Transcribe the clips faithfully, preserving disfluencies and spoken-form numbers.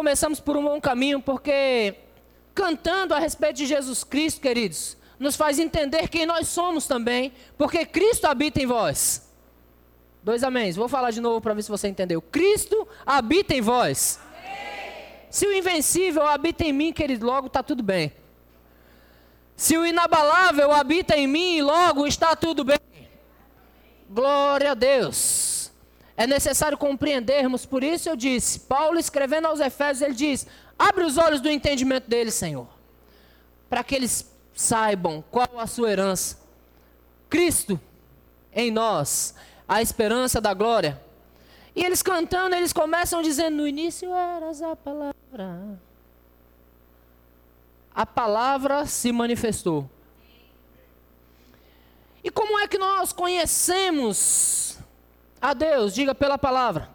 começamos por um bom caminho, porque cantando a respeito de Jesus Cristo, queridos, nos faz entender quem nós somos também, porque Cristo habita em vós. Dois améns. Vou falar de novo para ver se você entendeu. Cristo habita em vós. Amém. Se o invencível habita em mim, querido, logo está tudo bem. Se o inabalável habita em mim, logo está tudo bem. Glória a Deus. É necessário compreendermos, por isso eu disse, Paulo escrevendo aos Efésios, ele diz, abre os olhos do entendimento deles, Senhor, para que eles saibam qual a sua herança. Cristo em nós, a esperança da glória. E eles cantando, eles começam dizendo, no início eras a palavra. A palavra se manifestou. E como é que nós conhecemos a Deus? Diga, pela palavra.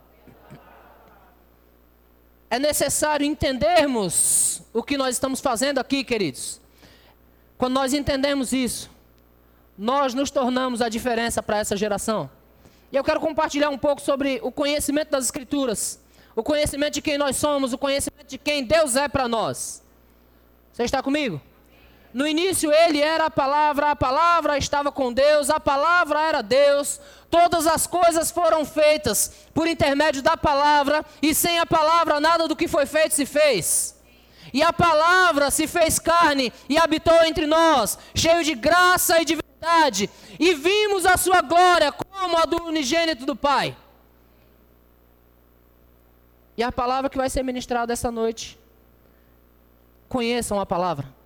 É necessário entendermos o que nós estamos fazendo aqui, queridos. Quando nós entendemos isso, nós nos tornamos a diferença para essa geração. E eu quero compartilhar um pouco sobre o conhecimento das Escrituras, o conhecimento de quem nós somos, o conhecimento de quem Deus é para nós. Você está comigo? No início ele era a palavra, a palavra estava com Deus, a palavra era Deus, todas as coisas foram feitas por intermédio da palavra, e sem a palavra nada do que foi feito se fez. E a palavra se fez carne e habitou entre nós, cheio de graça e de verdade, e vimos a sua glória como a do unigênito do Pai. E a palavra que vai ser ministrada essa noite, conheçam a palavra.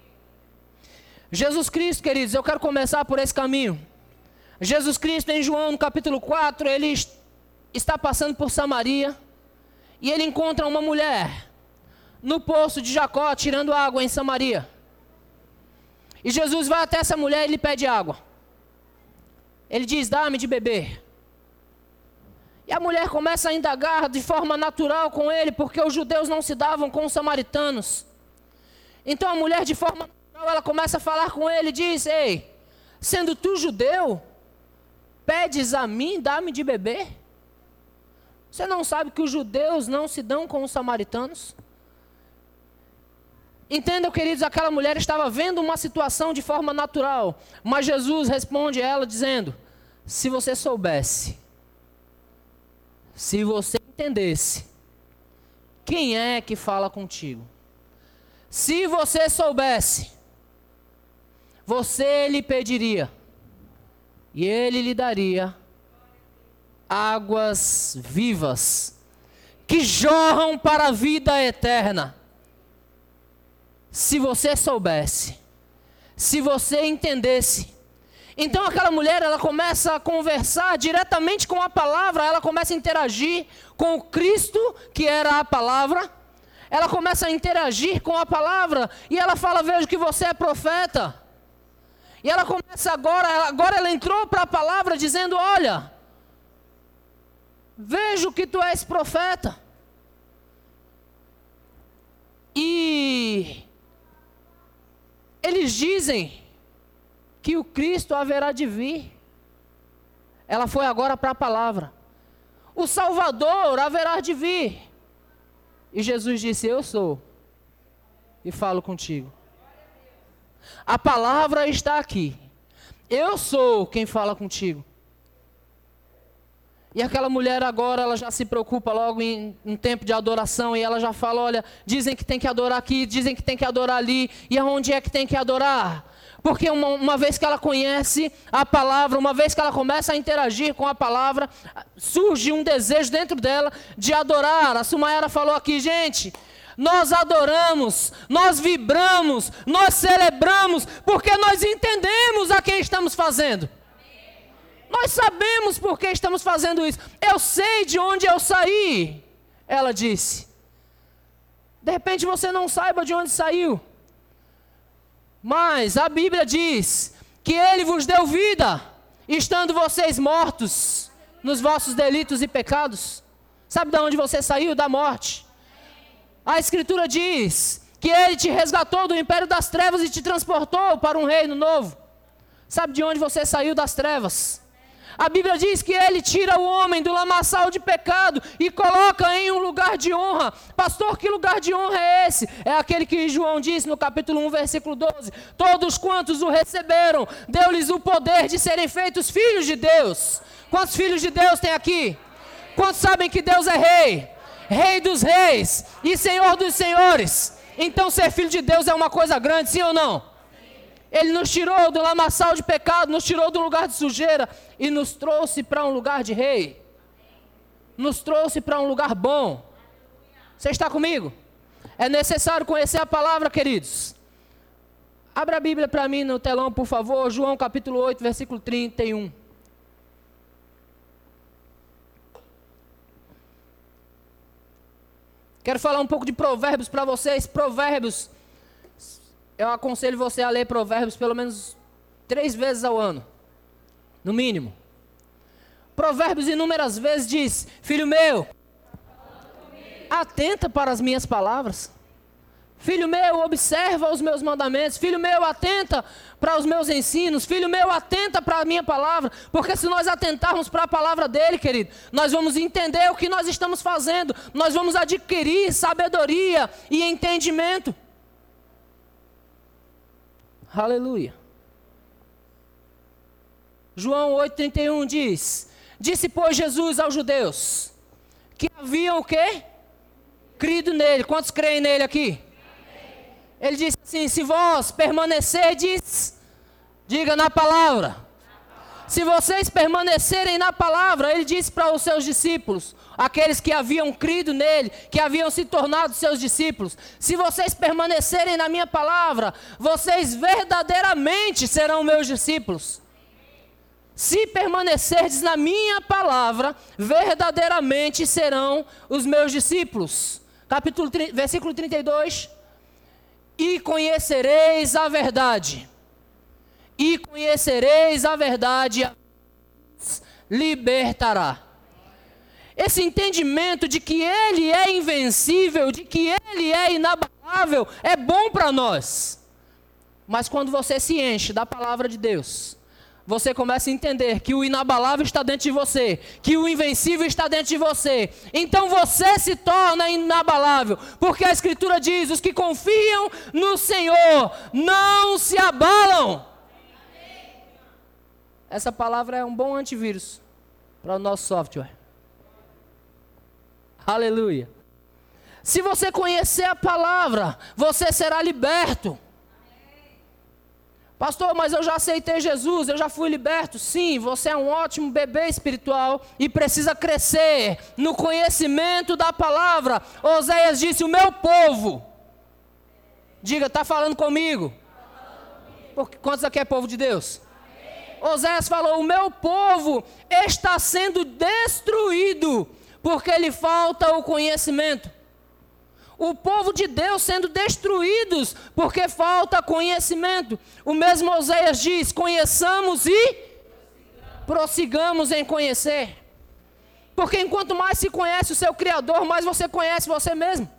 Jesus Cristo, queridos, eu quero começar por esse caminho. Jesus Cristo, em João, no capítulo quatro, ele está passando por Samaria, e ele encontra uma mulher no poço de Jacó, tirando água em Samaria. E Jesus vai até essa mulher e lhe pede água. Ele diz, dá-me de beber. E a mulher começa a indagar de forma natural com ele, porque os judeus não se davam com os samaritanos. Então a mulher, de forma natural, ela começa a falar com ele e diz, ei, sendo tu judeu, pedes a mim, dá-me de beber? Você não sabe que os judeus não se dão com os samaritanos? Entendam, queridos, aquela mulher estava vendo uma situação de forma natural, mas Jesus responde a ela dizendo, se você soubesse, se você entendesse, quem é que fala contigo? Se você soubesse, você lhe pediria, e ele lhe daria águas vivas, que jorram para a vida eterna. Se você soubesse, se você entendesse. Então aquela mulher, ela começa a conversar diretamente com a palavra, ela começa a interagir com o Cristo, que era a palavra. Ela começa a interagir com a palavra, e ela fala, vejo que você é profeta. E ela começa agora, agora ela entrou para a palavra dizendo, olha, vejo que tu és profeta. E eles dizem que o Cristo haverá de vir. Ela foi agora para a palavra. O Salvador haverá de vir. E Jesus disse, eu sou, e falo contigo. A palavra está aqui. Eu sou quem fala contigo. E aquela mulher agora, ela já se preocupa logo em um tempo de adoração, e ela já fala, olha, dizem que tem que adorar aqui, dizem que tem que adorar ali, e aonde é que tem que adorar? Porque uma, uma vez que ela conhece a palavra, uma vez que ela começa a interagir com a palavra, surge um desejo dentro dela de adorar. A Sumayara falou aqui, gente, nós adoramos, nós vibramos, nós celebramos, porque nós entendemos a quem estamos fazendo. Nós sabemos por que estamos fazendo isso. Eu sei de onde eu saí, ela disse. De repente você não saiba de onde saiu. Mas a Bíblia diz que Ele vos deu vida, estando vocês mortos nos vossos delitos e pecados. Sabe de onde você saiu? Da morte. A Escritura diz que Ele te resgatou do império das trevas e te transportou para um reino novo. Sabe de onde você saiu? Das trevas. A Bíblia diz que ele tira o homem do lamaçal de pecado e coloca em um lugar de honra. Pastor, que lugar de honra é esse? É aquele que João disse no capítulo um, versículo doze. Todos quantos o receberam, deu-lhes o poder de serem feitos filhos de Deus. Quantos filhos de Deus tem aqui? Quantos sabem que Deus é rei? Rei dos reis e Senhor dos senhores. Então ser filho de Deus é uma coisa grande, sim ou não? Ele nos tirou do lamaçal de pecado, nos tirou do lugar de sujeira e nos trouxe para um lugar de rei. Nos trouxe para um lugar bom. Você está comigo? É necessário conhecer a palavra, queridos. Abra a Bíblia para mim no telão, por favor. João capítulo oito, versículo trinta e um. Quero falar um pouco de provérbios para vocês. Provérbios. Eu aconselho você a ler Provérbios pelo menos três vezes ao ano, no mínimo. Provérbios inúmeras vezes diz: filho meu, atenta para as minhas palavras. Filho meu, observa os meus mandamentos. Filho meu, atenta para os meus ensinos. Filho meu, atenta para a minha palavra. Porque se nós atentarmos para a palavra dele, querido, nós vamos entender o que nós estamos fazendo. Nós vamos adquirir sabedoria e entendimento. Aleluia. João oito, trinta e um diz: disse, pois, Jesus aos judeus que haviam o quê? Crido nele. Quantos creem nele aqui? Amém. Ele disse assim: se vós permanecerdes, diga na palavra. Se vocês permanecerem na palavra, ele disse para os seus discípulos, aqueles que haviam crido nele, que haviam se tornado seus discípulos: se vocês permanecerem na minha palavra, vocês verdadeiramente serão meus discípulos. Se permanecerdes na minha palavra, verdadeiramente serão os meus discípulos. Capítulo, versículo trinta e dois. E conhecereis a verdade. E conhecereis a verdade, a libertará. Esse entendimento de que ele é invencível, de que ele é inabalável, é bom para nós. Mas quando você se enche da palavra de Deus, você começa a entender que o inabalável está dentro de você, que o invencível está dentro de você. Então você se torna inabalável, porque a Escritura diz: os que confiam no Senhor não se abalam. Essa palavra é um bom antivírus para o nosso software. Aleluia. Se você conhecer a palavra, você será liberto. Pastor, mas eu já aceitei Jesus, eu já fui liberto. Sim, você é um ótimo bebê espiritual e precisa crescer no conhecimento da palavra. Oséias disse: o meu povo. Diga, está falando comigo? Porque, quantos aqui é povo de Deus? Oséias falou: o meu povo está sendo destruído, porque lhe falta o conhecimento. O povo de Deus sendo destruídos, porque falta conhecimento. O mesmo Oséias diz: conheçamos e prossigamos em conhecer. Porque enquanto mais se conhece o seu Criador, mais você conhece você mesmo.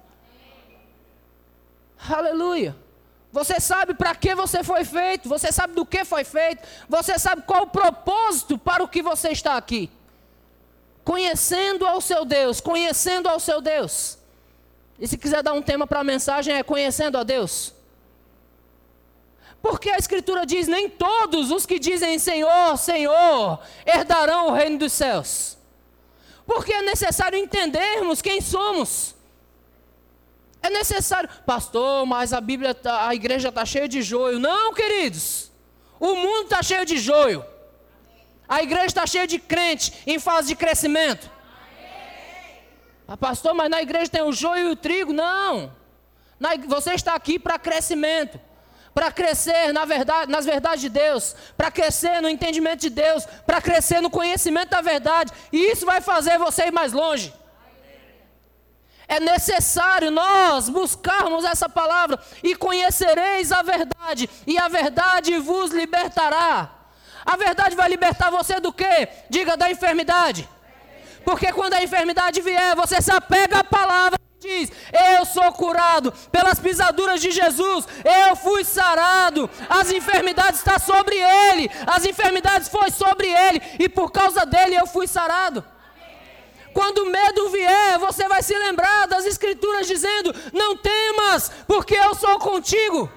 Aleluia. Você sabe para que você foi feito, você sabe do que foi feito, você sabe qual o propósito para o que você está aqui. Conhecendo ao seu Deus, conhecendo ao seu Deus. E se quiser dar um tema para a mensagem, é conhecendo a Deus. Porque a Escritura diz: nem todos os que dizem Senhor, Senhor, herdarão o reino dos céus. Porque é necessário entendermos quem somos. É necessário, pastor, mas a Bíblia, tá, a igreja está cheia de joio. Não, queridos, o mundo está cheio de joio. A igreja está cheia de crente em fase de crescimento. Ah, pastor, mas na igreja tem o joio e o trigo. Não, na, você está aqui para crescimento, para crescer na verdade, nas verdades de Deus, para crescer no entendimento de Deus, para crescer no conhecimento da verdade. E isso vai fazer você ir mais longe. É necessário nós buscarmos essa palavra: e conhecereis a verdade, e a verdade vos libertará. A verdade vai libertar você do quê? Diga, da enfermidade. Porque quando a enfermidade vier, você se apega à palavra que diz, eu sou curado pelas pisaduras de Jesus, eu fui sarado, as enfermidades estão sobre ele, as enfermidades foi sobre ele, e por causa dele eu fui sarado. Quando o medo vier, você vai se lembrar das escrituras dizendo, não temas, porque eu sou contigo.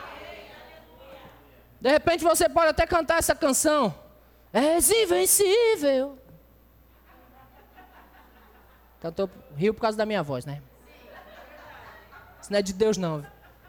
De repente você pode até cantar essa canção, és invencível. Cantou, riu por causa da minha voz, né? Isso não é de Deus, não.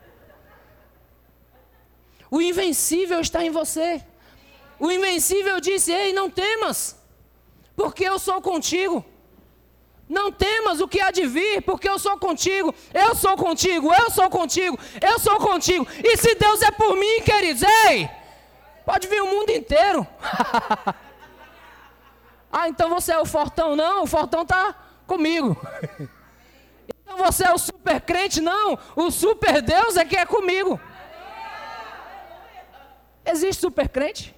O invencível está em você. O invencível disse, ei, não temas, porque eu sou contigo. Não temas o que há de vir, porque eu sou contigo. Eu sou contigo, eu sou contigo, eu sou contigo. E se Deus é por mim, queridos, ei, pode vir o mundo inteiro. Ah, então você é o fortão? Não, o fortão está comigo. Então você é o super crente? Não, o super Deus é que é comigo. Existe super crente?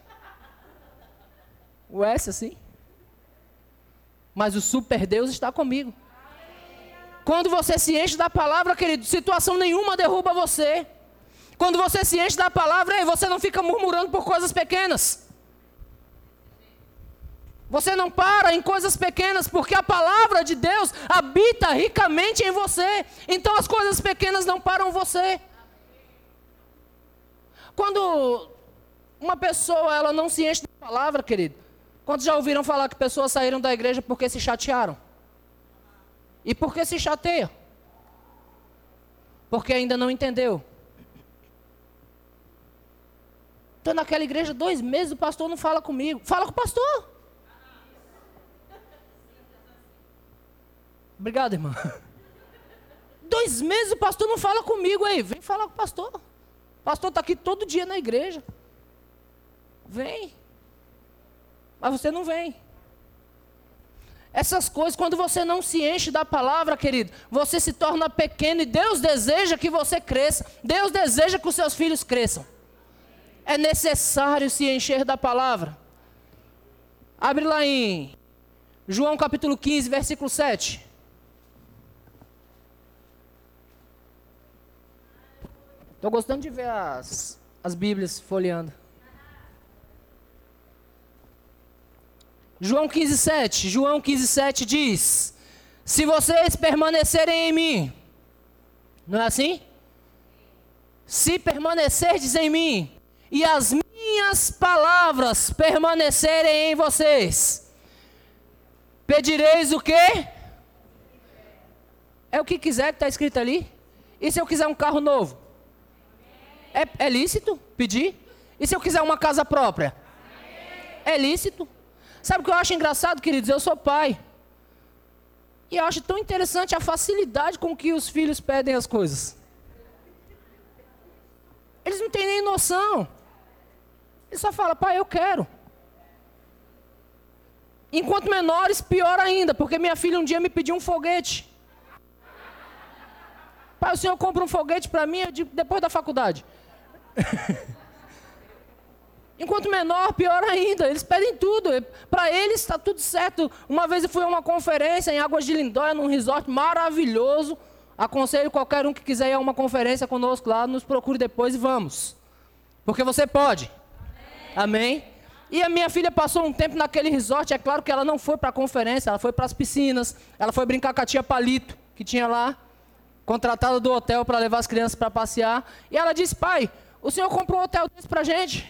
O S assim? Mas o super Deus está comigo. Quando você se enche da palavra, querido, situação nenhuma derruba você. Quando você se enche da palavra, você não fica murmurando por coisas pequenas. Você não para em coisas pequenas, porque a palavra de Deus habita ricamente em você. Então as coisas pequenas não param você. Quando uma pessoa ela não se enche da palavra, querido, quantos já ouviram falar que pessoas saíram da igreja porque se chatearam? E por que se chateia? Porque ainda não entendeu. Estou naquela igreja dois meses, o pastor não fala comigo. Fala com o pastor. Obrigado, irmã. Dois meses o pastor não fala comigo aí. Vem falar com o pastor. O pastor está aqui todo dia na igreja. Vem. Mas você não vem. Essas coisas, quando você não se enche da palavra, querido, você se torna pequeno e Deus deseja que você cresça. Deus deseja que os seus filhos cresçam. É necessário se encher da palavra. Abre lá em João capítulo quinze, versículo sete. Estou gostando de ver as, as Bíblias folheando. João quinze, sete. João quinze, sete diz: se vocês permanecerem em mim, não é assim? Se permanecerdes em mim, e as minhas palavras permanecerem em vocês, pedireis o quê? É o que quiser que está escrito ali. E se eu quiser um carro novo? É, é lícito pedir? E se eu quiser uma casa própria? É lícito. Sabe o que eu acho engraçado, queridos? Eu sou pai. E eu acho tão interessante a facilidade com que os filhos pedem as coisas. Eles não têm nem noção. Eles só falam, pai, eu quero. Enquanto menores, pior ainda, porque minha filha um dia me pediu um foguete. Pai, o senhor compra um foguete para mim depois da faculdade. Enquanto menor, pior ainda, eles pedem tudo. Para eles está tudo certo. Uma vez eu fui a uma conferência em Águas de Lindóia, num resort maravilhoso. Aconselho qualquer um que quiser ir a uma conferência conosco lá, nos procure depois e vamos. Porque você pode. Amém? Amém? E a minha filha passou um tempo naquele resort. É claro que ela não foi para a conferência, ela foi para as piscinas. Ela foi brincar com a tia Palito, que tinha lá, contratada do hotel para levar as crianças para passear. E ela disse, pai, o senhor comprou um hotel desse para a gente?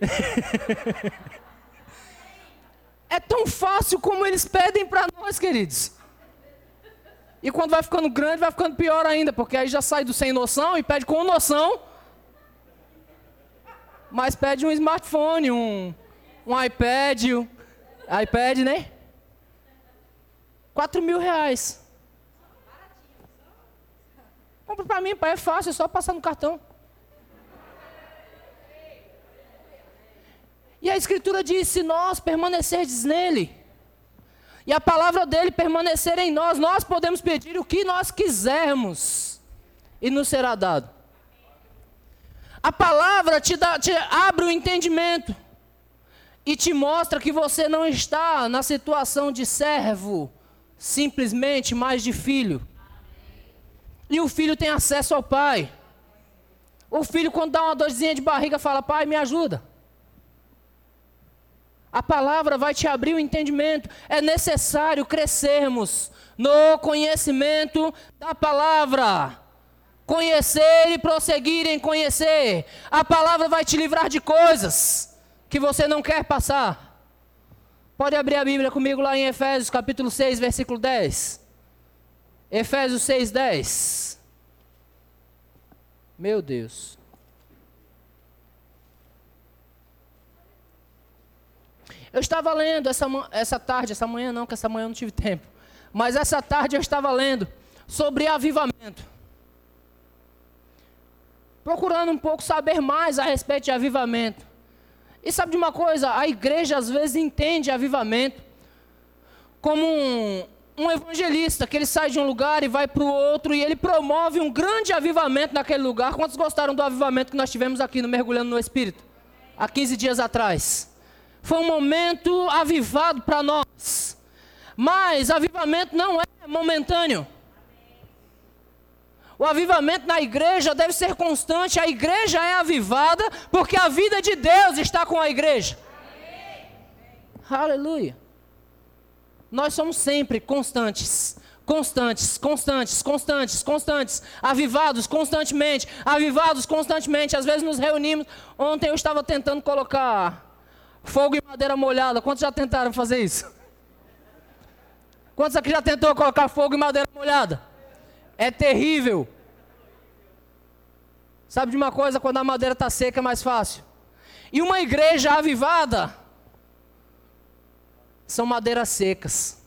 É tão fácil como eles pedem para nós, queridos. E quando vai ficando grande, vai ficando pior ainda, porque aí já sai do sem noção e pede com noção. Mas pede um smartphone, um, um iPad, um iPad, né? Quatro mil reais. Compra para mim, pai, é fácil, é só passar no cartão. E a Escritura diz, se nós permanecerdes nele, e a palavra dele permanecer em nós, nós podemos pedir o que nós quisermos, e nos será dado. A palavra te, dá, te abre o entendimento, e te mostra que você não está na situação de servo, simplesmente, mas de filho. E o filho tem acesso ao pai. O filho, quando dá uma dorzinha de barriga, fala: pai, me ajuda. A palavra vai te abrir o entendimento. É necessário crescermos no conhecimento da palavra. Conhecer e prosseguir em conhecer. A palavra vai te livrar de coisas que você não quer passar. Pode abrir a Bíblia comigo lá em Efésios capítulo seis, versículo dez. Efésios seis, dez. Meu Deus. Eu estava lendo essa, essa tarde, essa manhã não, que essa manhã eu não tive tempo. Mas essa tarde eu estava lendo sobre avivamento. Procurando um pouco saber mais a respeito de avivamento. E sabe de uma coisa? A igreja às vezes entende avivamento como um, um evangelista, que ele sai de um lugar e vai para o outro e ele promove um grande avivamento naquele lugar. Quantos gostaram do avivamento que nós tivemos aqui no Mergulhando no Espírito? Há quinze dias atrás. Foi um momento avivado para nós. Mas avivamento não é momentâneo. O avivamento na igreja deve ser constante. A igreja é avivada porque a vida de Deus está com a igreja. Amém. Aleluia. Nós somos sempre constantes. Constantes, constantes, constantes, constantes. Avivados constantemente. Avivados constantemente. Às vezes nos reunimos. Ontem eu estava tentando colocar fogo em madeira molhada. Quantos já tentaram fazer isso? Quantos aqui já tentou colocar fogo em madeira molhada? É terrível. Sabe de uma coisa? Quando a madeira está seca é mais fácil. E uma igreja avivada são madeiras secas.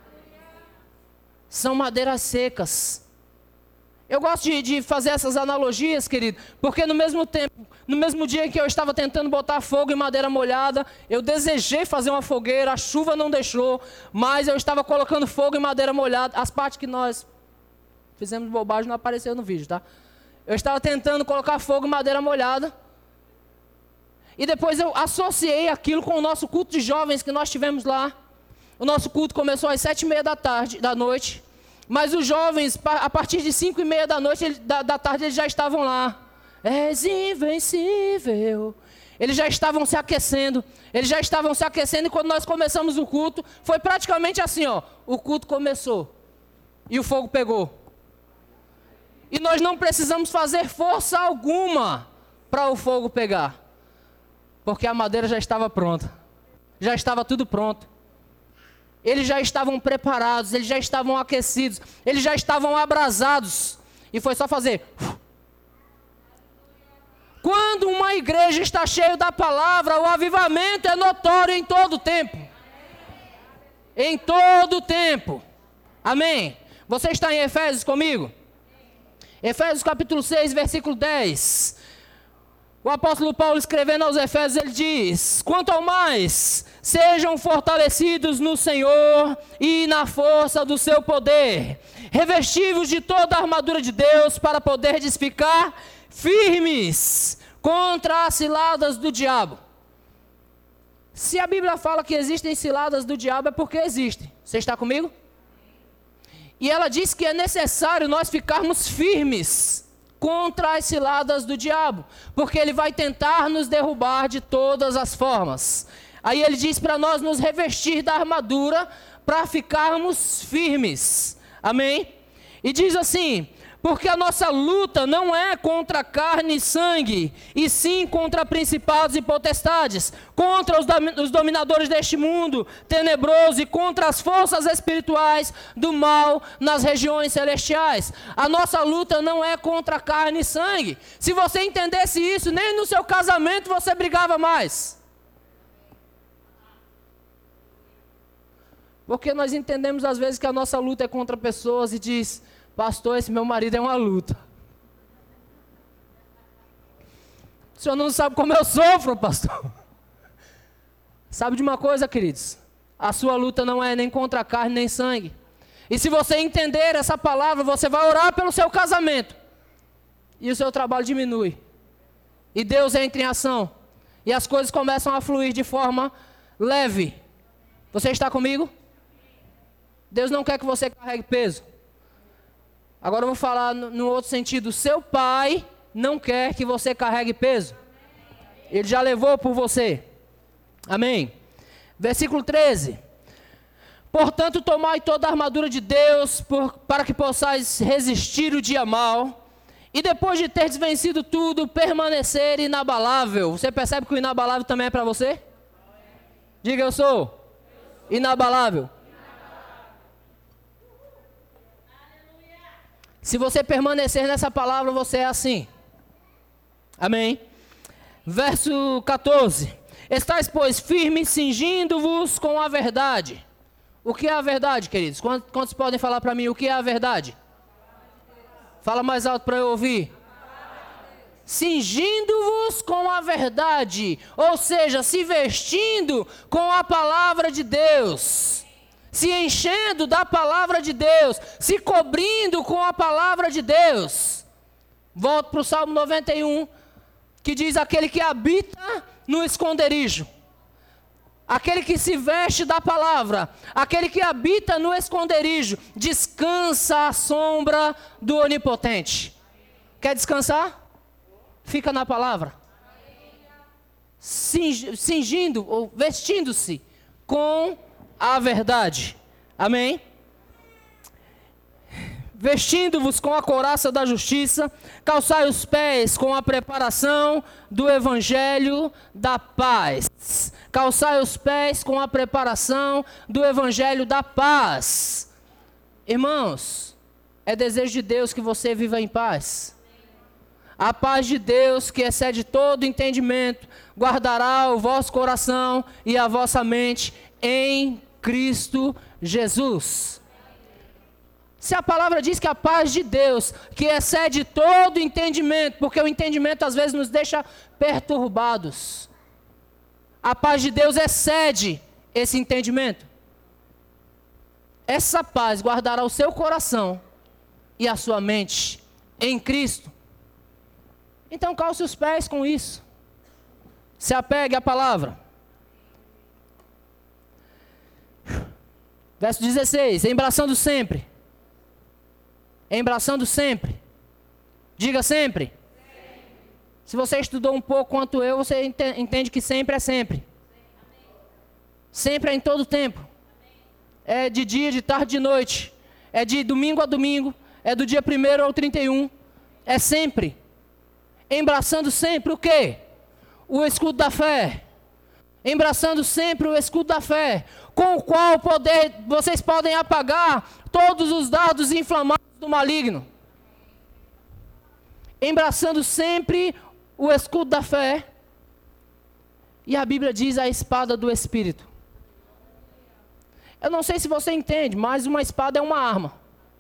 São madeiras secas. Eu gosto de, de fazer essas analogias, querido, porque no mesmo tempo, no mesmo dia que eu estava tentando botar fogo em madeira molhada, eu desejei fazer uma fogueira, a chuva não deixou, mas eu estava colocando fogo em madeira molhada. As partes que nós fizemos bobagem não apareceu no vídeo, tá? Eu estava tentando colocar fogo em madeira molhada. E depois eu associei aquilo com o nosso culto de jovens que nós tivemos lá. O nosso culto começou às sete e meia da tarde, da noite. Mas os jovens, a partir de cinco e meia da noite, da, da tarde, eles já estavam lá. És invencível. Eles já estavam se aquecendo. Eles já estavam se aquecendo e quando nós começamos o culto, foi praticamente assim, ó. O culto começou e o fogo pegou. E nós não precisamos fazer força alguma para o fogo pegar. Porque a madeira já estava pronta. Já estava tudo pronto. Eles já estavam preparados, eles já estavam aquecidos, eles já estavam abrasados. E foi só fazer. Quando uma igreja está cheia da palavra, o avivamento é notório em todo o tempo. Em todo o tempo. Amém? Você está em Efésios comigo? Efésios capítulo seis, versículo dez. O apóstolo Paulo escrevendo aos Efésios, ele diz: quanto ao mais, sejam fortalecidos no Senhor e na força do seu poder, revestivos de toda a armadura de Deus, para poderdes ficar firmes contra as ciladas do diabo. Se a Bíblia fala que existem ciladas do diabo, é porque existem. Você está comigo? E ela diz que é necessário nós ficarmos firmes contra as ciladas do diabo, porque ele vai tentar nos derrubar de todas as formas. Aí ele diz para nós nos revestir da armadura para ficarmos firmes. Amém? E diz assim: porque a nossa luta não é contra carne e sangue, e sim contra principados e potestades, contra os, os dominadores deste mundo tenebroso e contra as forças espirituais do mal nas regiões celestiais. A nossa luta não é contra carne e sangue. Se você entendesse isso, nem no seu casamento você brigava mais. Porque nós entendemos às vezes que a nossa luta é contra pessoas e diz: pastor, esse meu marido é uma luta. O senhor não sabe como eu sofro, pastor. Sabe de uma coisa, queridos? A sua luta não é nem contra carne nem sangue. E se você entender essa palavra, você vai orar pelo seu casamento. E o seu trabalho diminui. E Deus entra em ação. E as coisas começam a fluir de forma leve. Você está comigo? Deus não quer que você carregue peso. Agora eu vou falar no, no outro sentido. Seu pai não quer que você carregue peso. Ele já levou por você. Amém. Versículo treze. Portanto, tomai toda a armadura de Deus, por, para que possais resistir o dia mau, e depois de teres vencido tudo, permanecer inabalável. Você percebe que o inabalável também é para você? Diga, eu sou inabalável. Se você permanecer nessa palavra, você é assim. Amém. Verso quatorze. Estais, pois, firmes, cingindo-vos com a verdade. O que é a verdade, queridos? Quantos, quantos podem falar para mim o que é a verdade? Fala mais alto para eu ouvir. Cingindo-vos com a verdade. Ou seja, se vestindo com a palavra de Deus. Se enchendo da palavra de Deus. Se cobrindo com a palavra de Deus. Volto para o Salmo noventa e um. Que diz: aquele que habita no esconderijo. Aquele que se veste da palavra, aquele que habita no esconderijo, descansa à sombra do Onipotente. Quer descansar? Fica na palavra. Cingindo ou vestindo-se com a verdade. Amém? Vestindo-vos com a couraça da justiça, calçai os pés com a preparação do evangelho da paz. Calçai os pés com a preparação do evangelho da paz. Irmãos, é desejo de Deus que você viva em paz. A paz de Deus, que excede todo entendimento, guardará o vosso coração e a vossa mente em Cristo Jesus. Se a palavra diz que a paz de Deus, que excede todo entendimento, porque o entendimento às vezes nos deixa perturbados. A paz de Deus excede esse entendimento. Essa paz guardará o seu coração e a sua mente em Cristo. Então calce os pés com isso. Se apegue à palavra. Verso dezesseis. Embraçando sempre. Embraçando sempre. Diga sempre. Sempre. Se você estudou um pouco quanto eu, você entende que sempre é sempre. Sempre é em todo tempo. É de dia, de tarde, de noite. É de domingo a domingo. É do dia primeiro ao trinta e um. É sempre. Embraçando sempre o quê? O escudo da fé. Embraçando sempre o escudo da fé. Com o qual poder, vocês podem apagar todos os dardos inflamados do maligno. Embraçando sempre o escudo da fé. E a Bíblia diz a espada do Espírito. Eu não sei se você entende, mas uma espada é uma arma.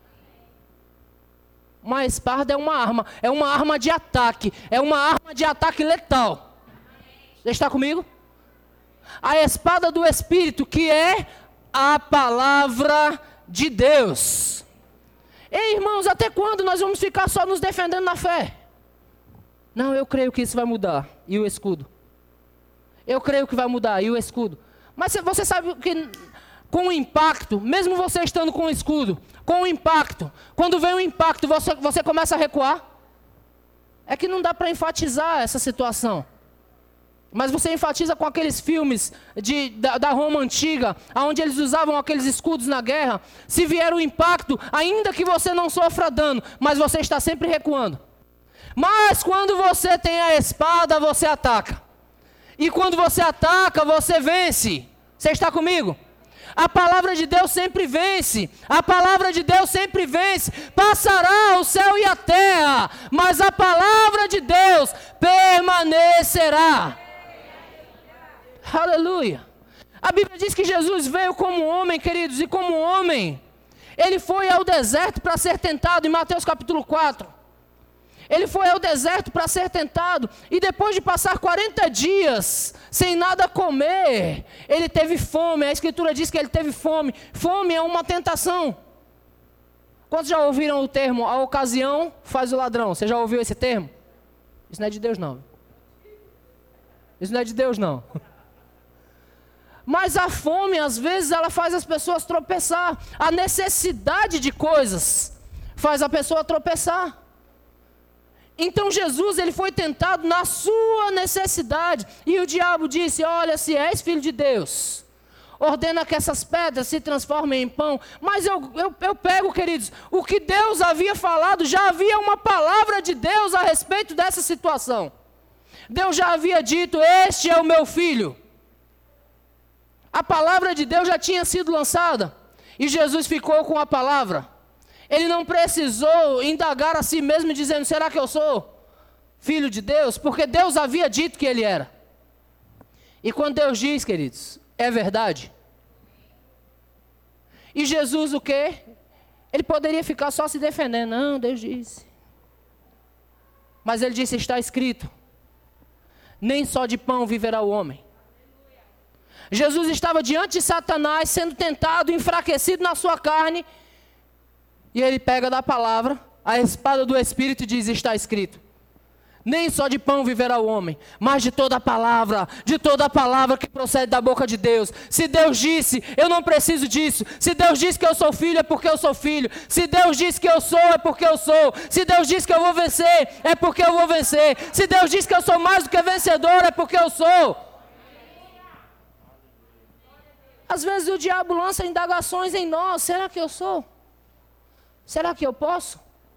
Uma espada é uma arma. É uma arma de ataque. É uma arma de ataque letal. Você está comigo? A espada do Espírito, que é a palavra de Deus. Ei, irmãos, até quando nós vamos ficar só nos defendendo na fé? Não, eu creio que isso vai mudar. E o escudo? Eu creio que vai mudar. E o escudo? Mas você sabe que com o impacto, mesmo você estando com o escudo, com o impacto, quando vem o impacto, você, você começa a recuar? É que não dá para enfatizar essa situação. Mas você enfatiza com aqueles filmes de, da, da Roma antiga, onde eles usavam aqueles escudos na guerra. Se vier o impacto, ainda que você não sofra dano, mas você está sempre recuando. Mas quando você tem a espada, você ataca. E quando você ataca, você vence. Você está comigo? A palavra de Deus sempre vence. A palavra de Deus sempre vence. Passará o céu e a terra, mas a palavra de Deus permanecerá. Aleluia. A Bíblia diz que Jesus veio como homem, queridos, e como homem, ele foi ao deserto para ser tentado, em Mateus capítulo quatro. Ele foi ao deserto para ser tentado, e depois de passar quarenta dias sem nada comer, ele teve fome. A Escritura diz que ele teve fome. Fome é uma tentação. Quantos já ouviram o termo, a ocasião faz o ladrão? Você já ouviu esse termo? Isso não é de Deus, não. Isso não é de Deus, não. Mas a fome, às vezes, ela faz as pessoas tropeçar. A necessidade de coisas faz a pessoa tropeçar. Então Jesus, ele foi tentado na sua necessidade. E o diabo disse: olha, se és filho de Deus, ordena que essas pedras se transformem em pão. Mas eu, eu, eu pego, queridos, o que Deus havia falado, já havia uma palavra de Deus a respeito dessa situação. Deus já havia dito: este é o meu filho. A palavra de Deus já tinha sido lançada. E Jesus ficou com a palavra. Ele não precisou indagar a si mesmo dizendo: será que eu sou filho de Deus? Porque Deus havia dito que ele era. E quando Deus diz, queridos, é verdade. E Jesus o quê? Ele poderia ficar só se defendendo. Não, Deus disse. Mas ele disse: está escrito, nem só de pão viverá o homem. Jesus estava diante de Satanás, sendo tentado, enfraquecido na sua carne. E ele pega da palavra, a espada do Espírito, e diz: está escrito, nem só de pão viverá o homem, mas de toda a palavra, de toda a palavra que procede da boca de Deus. Se Deus disse, eu não preciso disso. Se Deus disse que eu sou filho, é porque eu sou filho. Se Deus disse que eu sou, é porque eu sou. Se Deus disse que eu vou vencer, é porque eu vou vencer. Se Deus disse que eu sou mais do que vencedor, é porque eu sou. Às vezes o diabo lança indagações em nós: será que eu sou? Será que eu posso?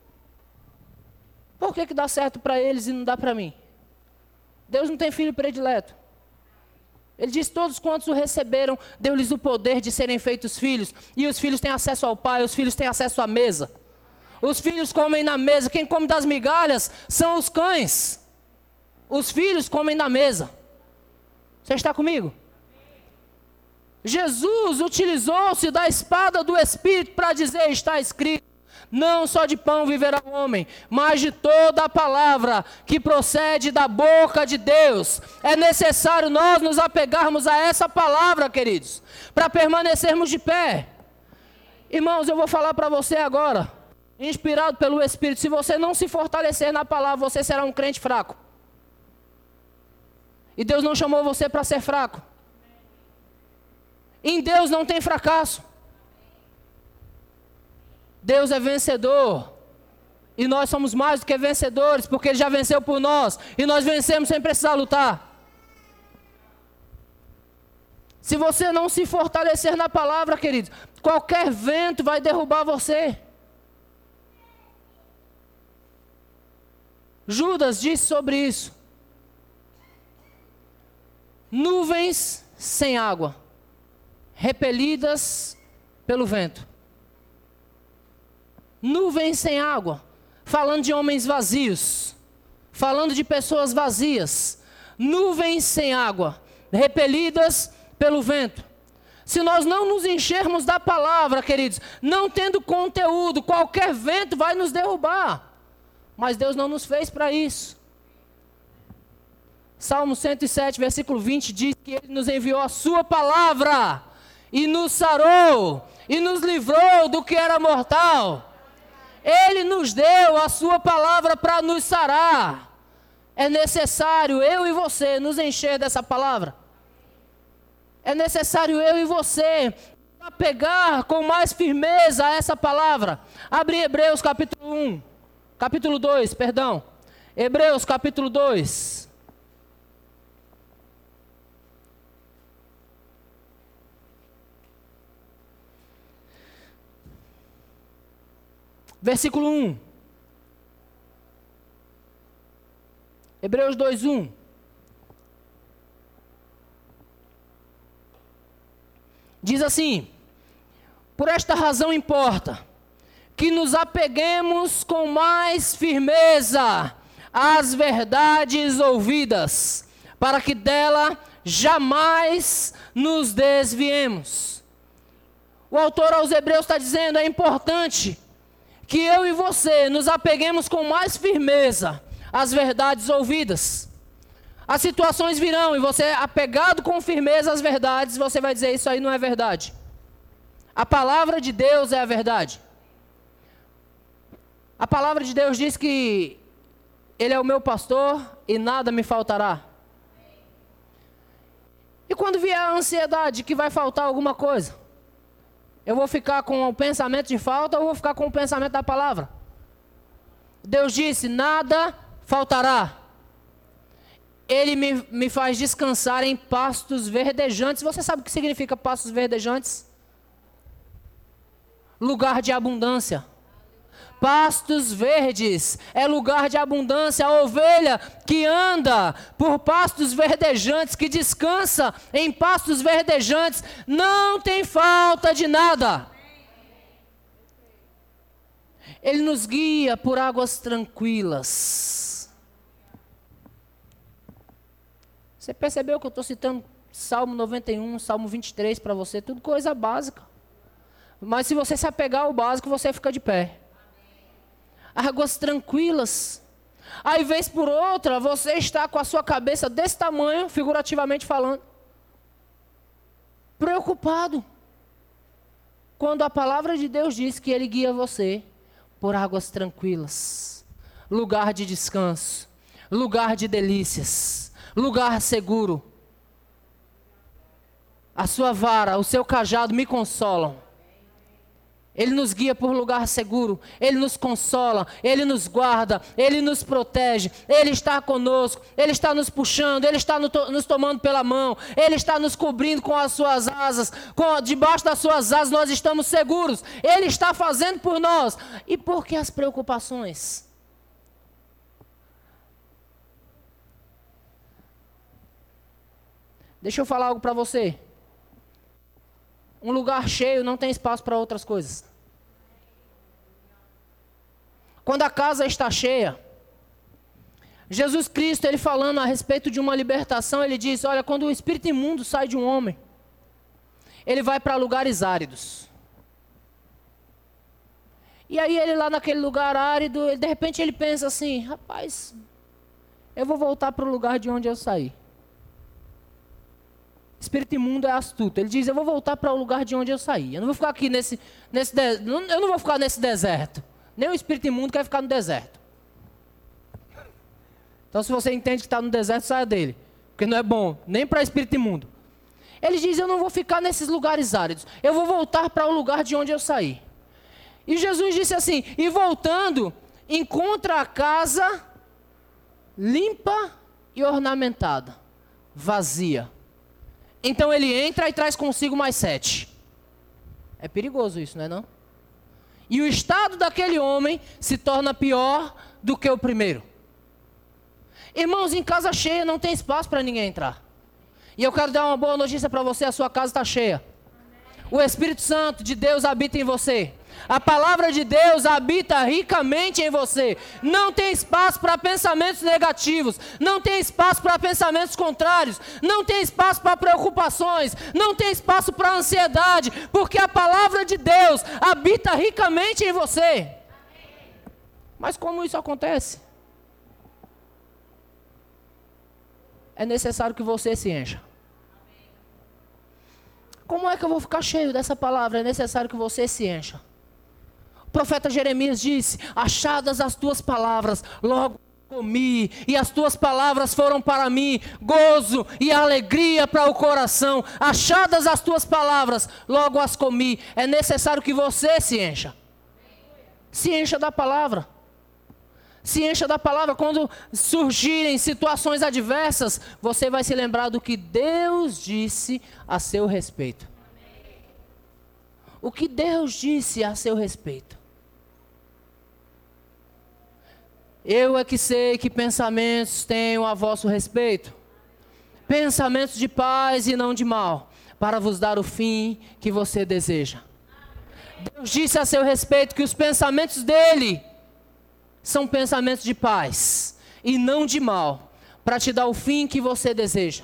Por que que dá certo para eles e não dá para mim? Deus não tem filho predileto. Ele diz: todos quantos o receberam, deu-lhes o poder de serem feitos filhos. E os filhos têm acesso ao Pai, os filhos têm acesso à mesa. Os filhos comem na mesa. Quem come das migalhas são os cães. Os filhos comem na mesa. Você está comigo? Jesus utilizou-se da espada do Espírito para dizer: está escrito, não só de pão viverá o homem, mas de toda a palavra que procede da boca de Deus. É necessário nós nos apegarmos a essa palavra, queridos, para permanecermos de pé. Irmãos, eu vou falar para você agora, inspirado pelo Espírito: se você não se fortalecer na palavra, você será um crente fraco. E Deus não chamou você para ser fraco. Em Deus não tem fracasso. Deus é vencedor. E nós somos mais do que vencedores, porque Ele já venceu por nós. E nós vencemos sem precisar lutar. Se você não se fortalecer na palavra, queridos, qualquer vento vai derrubar você. Judas disse sobre isso: nuvens sem água, repelidas pelo vento. Nuvens sem água, falando de homens vazios, falando de pessoas vazias. Nuvens sem água, repelidas pelo vento. Se nós não nos enchermos da palavra, queridos, não tendo conteúdo, qualquer vento vai nos derrubar. Mas Deus não nos fez para isso. Salmo cento e sete, versículo vinte, diz que Ele nos enviou a sua palavra e nos sarou, e nos livrou do que era mortal. Ele nos deu a sua palavra para nos sarar. É necessário eu e você nos encher dessa palavra. É necessário eu e você apegar com mais firmeza a essa palavra. Abre Hebreus capítulo um, capítulo dois, perdão. Hebreus capítulo dois. Versículo um. Hebreus dois, um. Diz assim: por esta razão importa que nos apeguemos com mais firmeza às verdades ouvidas, para que dela jamais nos desviemos. O autor aos Hebreus está dizendo: é importante que eu e você nos apeguemos com mais firmeza às verdades ouvidas. As situações virão e você, apegado com firmeza às verdades, você vai dizer: isso aí não é verdade. A palavra de Deus é a verdade. A palavra de Deus diz que Ele é o meu pastor e nada me faltará. E quando vier a ansiedade que vai faltar alguma coisa, Eu vou ficar com o pensamento de falta ou eu vou ficar com o pensamento da palavra? Deus disse, nada faltará. Ele me, me faz descansar em pastos verdejantes. Você sabe o que significa pastos verdejantes? Lugar de abundância. Pastos verdes é lugar de abundância. A ovelha que anda por pastos verdejantes, que descansa em pastos verdejantes, não tem falta de nada. Ele nos guia por águas tranquilas. Você percebeu que eu estou citando Salmo noventa e um, Salmo vinte e três para você? Tudo coisa básica. Mas se você se apegar ao básico, você fica de pé. Águas tranquilas. Aí, vez por outra, você está com a sua cabeça desse tamanho, figurativamente falando, preocupado. Quando a palavra de Deus diz que Ele guia você por águas tranquilas, lugar de descanso, lugar de delícias, lugar seguro. A sua vara, o seu cajado me consolam. Ele nos guia por lugar seguro, Ele nos consola, Ele nos guarda, Ele nos protege, Ele está conosco, Ele está nos puxando, Ele está no to- nos tomando pela mão, Ele está nos cobrindo com as suas asas, com, debaixo das suas asas nós estamos seguros, Ele está fazendo por nós. E por que as preocupações? Deixa eu falar algo para você. Um lugar cheio não tem espaço para outras coisas. Quando a casa está cheia, Jesus Cristo, Ele falando a respeito de uma libertação, Ele diz, olha, quando o espírito imundo sai de um homem, ele vai para lugares áridos. E aí ele lá naquele lugar árido, de repente ele pensa assim, rapaz, eu vou voltar para o lugar de onde eu saí. Espírito imundo é astuto. Ele diz, eu vou voltar para o lugar de onde eu saí. Eu não vou ficar aqui nesse, nesse de... eu não vou ficar nesse deserto. Nem o espírito imundo quer ficar no deserto. Então, se você entende que está no deserto, saia dele. Porque não é bom, nem para espírito imundo. Ele diz, eu não vou ficar nesses lugares áridos. Eu vou voltar para o lugar de onde eu saí. E Jesus disse assim, e voltando, encontra a casa limpa e ornamentada, vazia. Então ele entra e traz consigo mais sete. É perigoso isso, não é não? E o estado daquele homem se torna pior do que o primeiro. Irmãos, em casa cheia não tem espaço para ninguém entrar. E eu quero dar uma boa notícia para você, a sua casa está cheia. O Espírito Santo de Deus habita em você. A palavra de Deus habita ricamente em você. Não tem espaço para pensamentos negativos. Não tem espaço para pensamentos contrários. Não tem espaço para preocupações. Não tem espaço para ansiedade. Porque a palavra de Deus habita ricamente em você. Mas como isso acontece? É necessário que você se encha. Como é que eu vou ficar cheio dessa palavra? É necessário que você se encha. O profeta Jeremias disse, achadas as tuas palavras, logo comi, e as tuas palavras foram para mim gozo e alegria para o coração. Achadas as tuas palavras, logo as comi. É necessário que você se encha. Se encha da palavra. Se encha da palavra. Quando surgirem situações adversas, você vai se lembrar do que Deus disse a seu respeito. O que Deus disse a seu respeito. Eu é que sei que pensamentos tenho a vosso respeito. Pensamentos de paz e não de mal, para vos dar o fim que você deseja. Deus disse a seu respeito que os pensamentos dele são pensamentos de paz e não de mal, para te dar o fim que você deseja.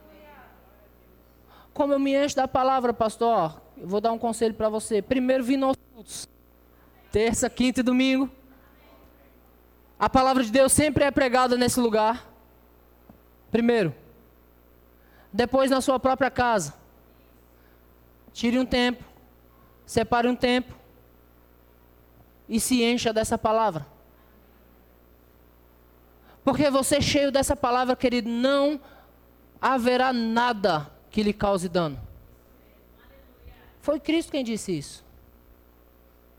Como eu me encho da palavra, pastor? Eu vou dar um conselho para você. Primeiro, vim nos cultos. Terça, quinta e domingo. A palavra de Deus sempre é pregada nesse lugar. Primeiro. Depois, na sua própria casa. Tire um tempo. Separe um tempo. E se encha dessa palavra. Porque você cheio dessa palavra, querido, não haverá nada que lhe cause dano. Foi Cristo quem disse isso.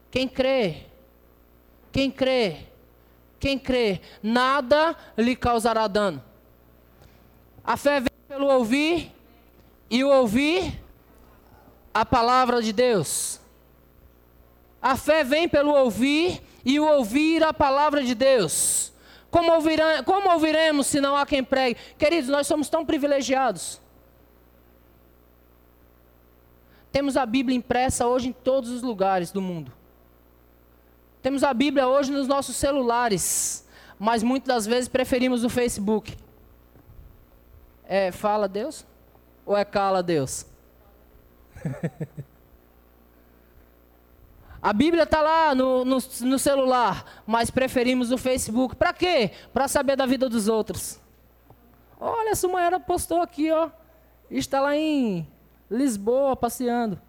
Quem crê, quem crê, quem crê, nada lhe causará dano. A fé vem pelo ouvir, e o ouvir a palavra de Deus. A fé vem pelo ouvir, e o ouvir a palavra de Deus. Como, ouvirá, como ouviremos se não há quem pregue? Queridos, nós somos tão privilegiados. Temos a Bíblia impressa hoje em todos os lugares do mundo. Temos a Bíblia hoje nos nossos celulares, mas muitas das vezes preferimos o Facebook. É fala Deus? Ou é cala Deus? A Bíblia está lá no, no, no celular, mas preferimos o Facebook. Para quê? Para saber da vida dos outros. Olha, a Sumaera postou aqui, ó. Está lá em Lisboa passeando.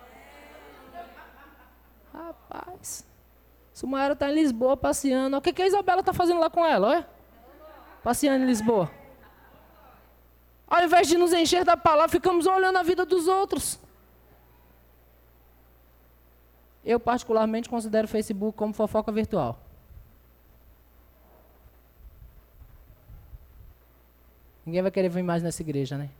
Rapaz. Sumaera está em Lisboa passeando. O que, que a Isabela está fazendo lá com ela? Olha. Passeando em Lisboa. Ao invés de nos encher da palavra, ficamos olhando a vida dos outros. Eu particularmente considero o Facebook como fofoca virtual. Ninguém vai querer vir mais nessa igreja, né?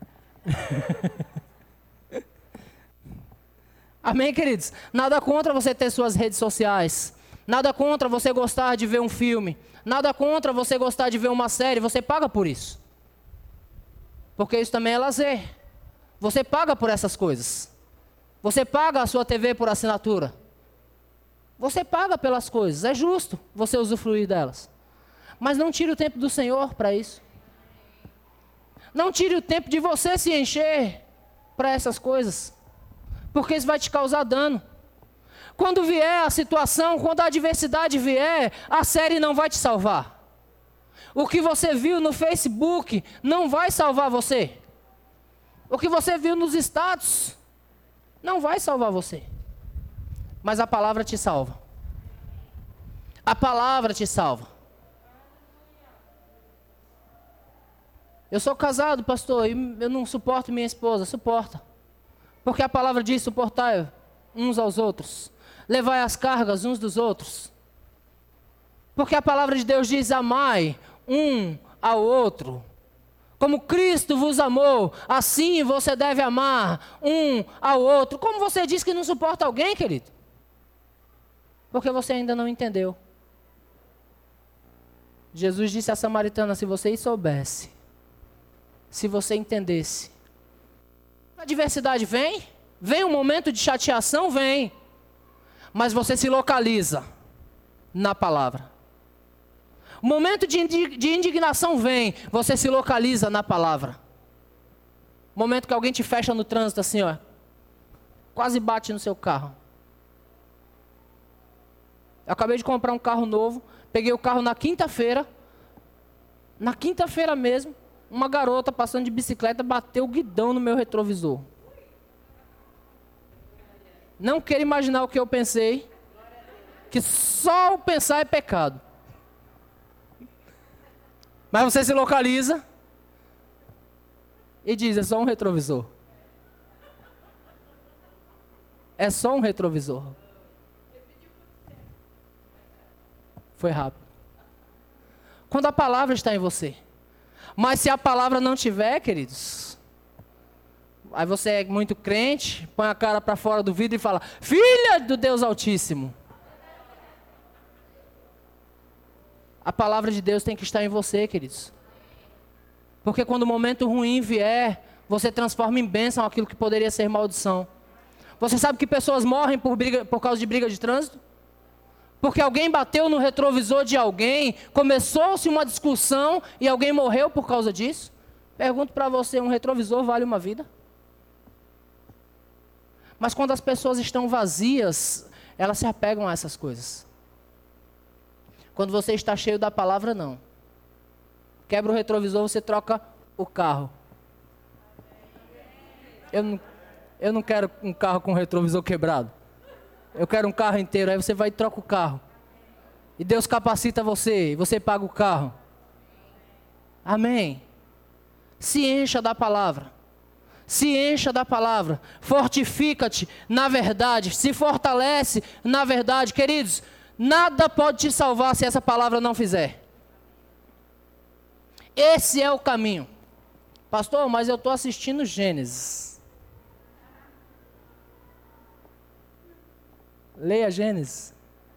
Amém, queridos? Nada contra você ter suas redes sociais. Nada contra você gostar de ver um filme. Nada contra você gostar de ver uma série. Você paga por isso. Porque isso também é lazer. Você paga por essas coisas. Você paga a sua T V por assinatura. Você paga pelas coisas. É justo você usufruir delas. Mas não tire o tempo do Senhor para isso. Não tire o tempo de você se encher para essas coisas. Porque isso vai te causar dano. Quando vier a situação, quando a adversidade vier, a série não vai te salvar. O que você viu no Facebook não vai salvar você. O que você viu nos status não vai salvar você. Mas a palavra te salva. A palavra te salva. Eu sou casado, pastor, e eu não suporto minha esposa. Suporta. Porque a palavra diz: suportai uns aos outros. Levai as cargas uns dos outros. Porque a palavra de Deus diz: amai um ao outro. Como Cristo vos amou, assim você deve amar um ao outro. Como você diz que não suporta alguém, querido? Porque você ainda não entendeu. Jesus disse à samaritana: se você soubesse, se você entendesse. A adversidade vem, vem um momento de chateação, vem. Mas você se localiza na palavra. O momento de indignação vem, você se localiza na palavra. O momento que alguém te fecha no trânsito assim, ó, quase bate no seu carro. Eu acabei de comprar um carro novo, peguei o carro na quinta-feira, na quinta-feira mesmo, uma garota passando de bicicleta bateu o guidão no meu retrovisor. Não quero imaginar o que eu pensei, que só o pensar é pecado. Mas você se localiza e diz: é só um retrovisor. É só um retrovisor. Foi rápido. Quando a palavra está em você. Mas se a palavra não tiver, queridos, aí você é muito crente, põe a cara para fora do vidro e fala: filha do Deus Altíssimo. A palavra de Deus tem que estar em você, queridos. Porque quando o momento ruim vier, você transforma em bênção aquilo que poderia ser maldição. Você sabe que pessoas morrem por, briga, por causa de briga de trânsito? Porque alguém bateu no retrovisor de alguém, começou-se uma discussão e alguém morreu por causa disso? Pergunto para você, um retrovisor vale uma vida? Mas quando as pessoas estão vazias, elas se apegam a essas coisas. Quando você está cheio da palavra, não. Quebra o retrovisor, você troca o carro. Eu não, eu não quero um carro com retrovisor quebrado. Eu quero um carro inteiro. Aí você vai e troca o carro. E Deus capacita você, e você paga o carro. Amém. Se encha da palavra. Se encha da palavra, fortifica-te na verdade, se fortalece na verdade. Queridos, nada pode te salvar se essa palavra não fizer. Esse é o caminho. Pastor, mas eu estou assistindo Gênesis. Leia Gênesis.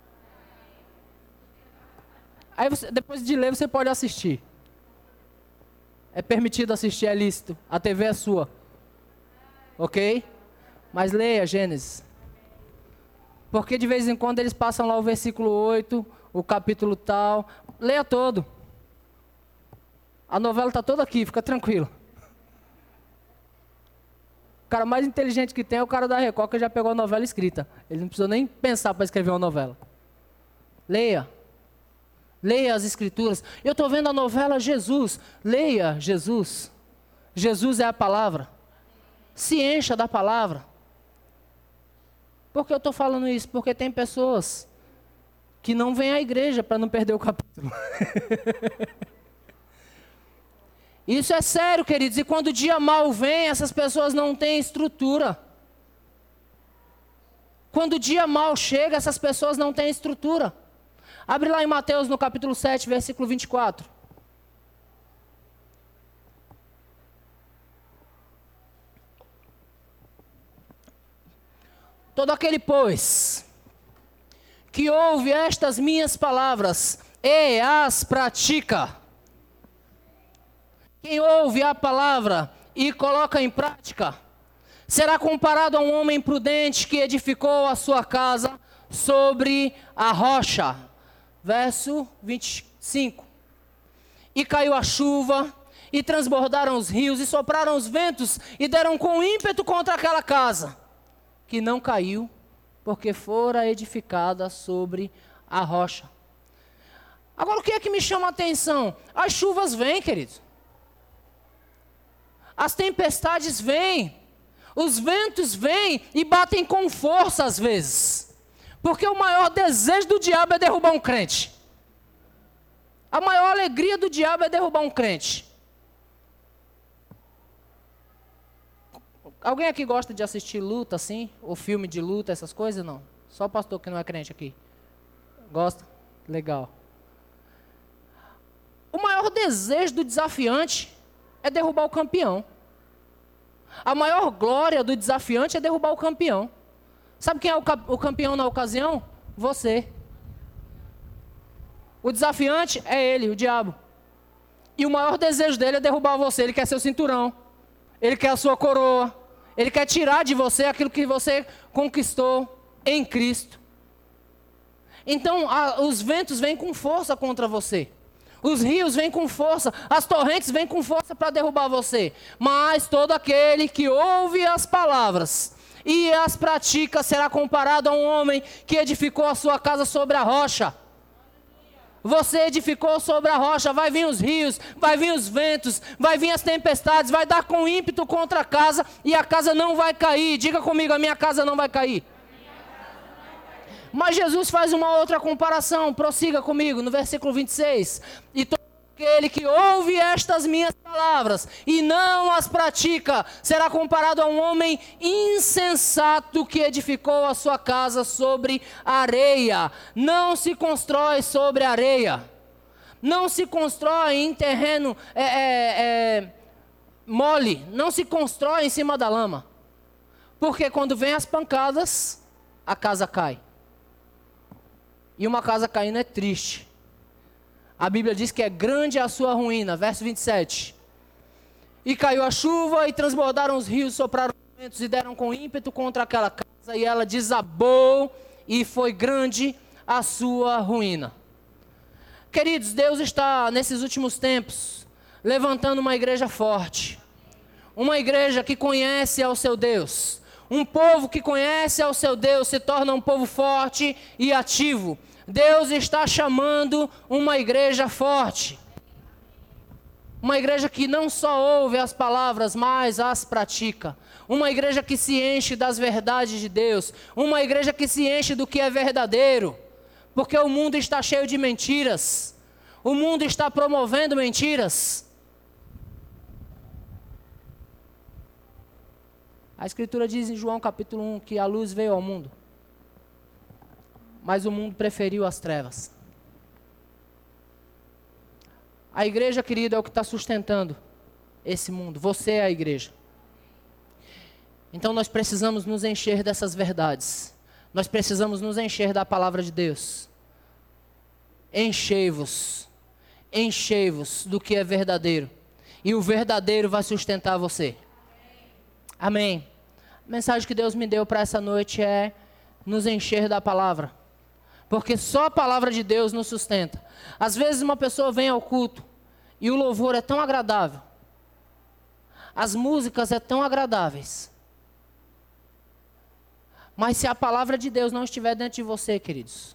Aí você, depois de ler, você pode assistir. É permitido assistir, é lícito. A T V é sua. Ok? Mas leia Gênesis. Porque de vez em quando eles passam lá o versículo oito, o capítulo tal. Leia todo. A novela está toda aqui, fica tranquilo. O cara mais inteligente que tem é o cara da Record, que já pegou a novela escrita. Ele não precisou nem pensar para escrever uma novela. Leia. Leia as escrituras. Eu estou vendo a novela Jesus. Leia Jesus. Jesus é a palavra. Se encha da palavra. Por que eu estou falando isso? Porque tem pessoas que não vêm à igreja para não perder o capítulo. Isso é sério, queridos. E quando o dia mal vem, essas pessoas não têm estrutura. Quando o dia mal chega, essas pessoas não têm estrutura. Abre lá em Mateus no capítulo sete, versículo vinte e quatro. Todo aquele, pois, que ouve estas minhas palavras e as pratica. Quem ouve a palavra e coloca em prática, será comparado a um homem prudente que edificou a sua casa sobre a rocha. Verso vinte e cinco. E caiu a chuva, e transbordaram os rios, e sopraram os ventos, e deram com ímpeto contra aquela casa, que não caiu, porque fora edificada sobre a rocha. Agora, o que é que me chama a atenção? As chuvas vêm, queridos. As tempestades vêm. Os ventos vêm e batem com força às vezes. Porque o maior desejo do diabo é derrubar um crente. A maior alegria do diabo é derrubar um crente. Alguém aqui gosta de assistir luta assim? Ou filme de luta, essas coisas? Não. Só o pastor que não é crente aqui. Gosta? Legal. O maior desejo do desafiante é derrubar o campeão. A maior glória do desafiante é derrubar o campeão. Sabe quem é o, o campeão na ocasião? Você. O desafiante é ele, o diabo. E o maior desejo dele é derrubar você. Ele quer seu cinturão. Ele quer a sua coroa. Ele quer tirar de você aquilo que você conquistou em Cristo. Então, a, os ventos vêm com força contra você. Os rios vêm com força, as torrentes vêm com força para derrubar você. Mas todo aquele que ouve as palavras e as pratica será comparado a um homem que edificou a sua casa sobre a rocha. Você edificou sobre a rocha, vai vir os rios, vai vir os ventos, vai vir as tempestades, vai dar com ímpeto contra a casa e a casa não vai cair. Diga comigo, a minha casa não vai cair. Mas Jesus faz uma outra comparação, prossiga comigo, no versículo vinte e seis. E todo aquele que ouve estas minhas palavras e não as pratica, será comparado a um homem insensato que edificou a sua casa sobre areia. Não se constrói sobre areia. Não se constrói em terreno é, é, é, mole. Não se constrói em cima da lama. Porque quando vem as pancadas, a casa cai. E uma casa caindo é triste. A Bíblia diz que é grande a sua ruína. Verso vinte e sete. E caiu a chuva, e transbordaram os rios, sopraram os ventos, e deram com ímpeto contra aquela casa, e ela desabou, e foi grande a sua ruína. Queridos, Deus está, nesses últimos tempos, levantando uma igreja forte. Uma igreja que conhece ao seu Deus. Um povo que conhece ao seu Deus se torna um povo forte e ativo. Deus está chamando uma igreja forte. Uma igreja que não só ouve as palavras, mas as pratica. Uma igreja que se enche das verdades de Deus. Uma igreja que se enche do que é verdadeiro. Porque o mundo está cheio de mentiras. O mundo está promovendo mentiras. A Escritura diz em João capítulo um que a luz veio ao mundo, mas o mundo preferiu as trevas. A igreja, querido, é o que está sustentando esse mundo. Você é a igreja. Então nós precisamos nos encher dessas verdades. Nós precisamos nos encher da palavra de Deus. Enchei-vos. Enchei-vos do que é verdadeiro. E o verdadeiro vai sustentar você. Amém. A mensagem que Deus me deu para essa noite é nos encher da palavra. Porque só a palavra de Deus nos sustenta. Às vezes uma pessoa vem ao culto e o louvor é tão agradável. As músicas é tão agradáveis. Mas se a palavra de Deus não estiver dentro de você, queridos,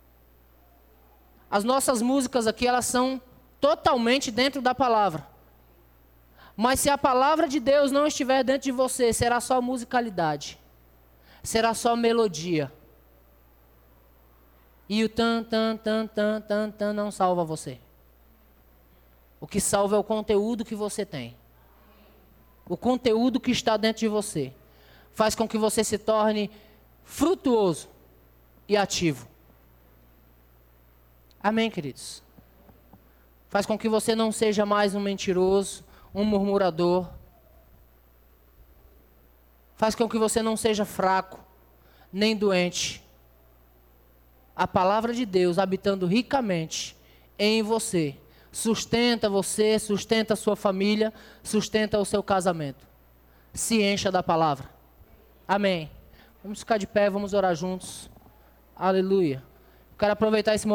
as nossas músicas aqui, elas são totalmente dentro da palavra. Mas se a palavra de Deus não estiver dentro de você, será só musicalidade. Será só melodia. E o tan, tan, tan, tan, tan, tan não salva você. O que salva é o conteúdo que você tem. O conteúdo que está dentro de você faz com que você se torne frutuoso e ativo. Amém, queridos? Faz com que você não seja mais um mentiroso, um murmurador. Faz com que você não seja fraco, nem doente. A palavra de Deus habitando ricamente em você, sustenta você, sustenta a sua família, sustenta o seu casamento. Se encha da palavra. Amém. Vamos ficar de pé, vamos orar juntos. Aleluia. Quero aproveitar esse momento.